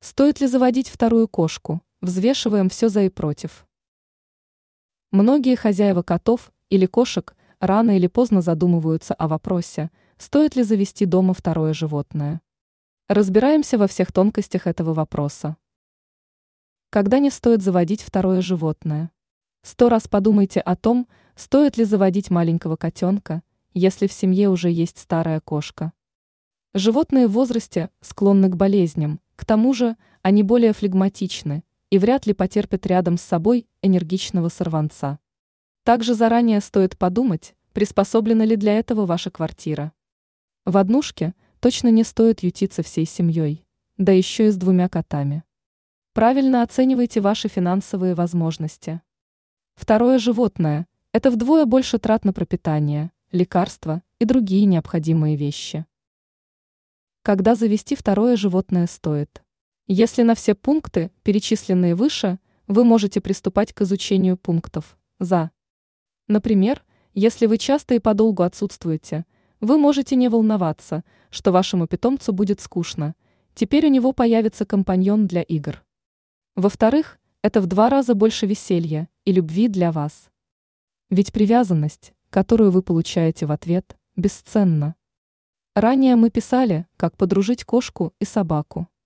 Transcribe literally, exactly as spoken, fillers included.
Стоит ли заводить вторую кошку? Взвешиваем все за и против. Многие хозяева котов или кошек рано или поздно задумываются о вопросе, стоит ли завести дома второе животное. Разбираемся во всех тонкостях этого вопроса. Когда не стоит заводить второе животное? Сто раз подумайте о том, стоит ли заводить маленького котенка, если в семье уже есть старая кошка. Животные в возрасте склонны к болезням, к тому же они более флегматичны и вряд ли потерпят рядом с собой энергичного сорванца. Также заранее стоит подумать, приспособлена ли для этого ваша квартира. В однушке точно не стоит ютиться всей семьей, да еще и с двумя котами. Правильно оценивайте ваши финансовые возможности. Второе животное – это вдвое больше трат на пропитание, лекарства и другие необходимые вещи. Когда завести второе животное стоит? Если на все пункты, перечисленные выше, вы можете приступать к изучению пунктов «за». Например, если вы часто и подолгу отсутствуете, вы можете не волноваться, что вашему питомцу будет скучно, теперь у него появится компаньон для игр. Во-вторых, это в два раза больше веселья и любви для вас. Ведь привязанность, которую вы получаете в ответ, бесценна. Ранее мы писали, как подружить кошку и собаку.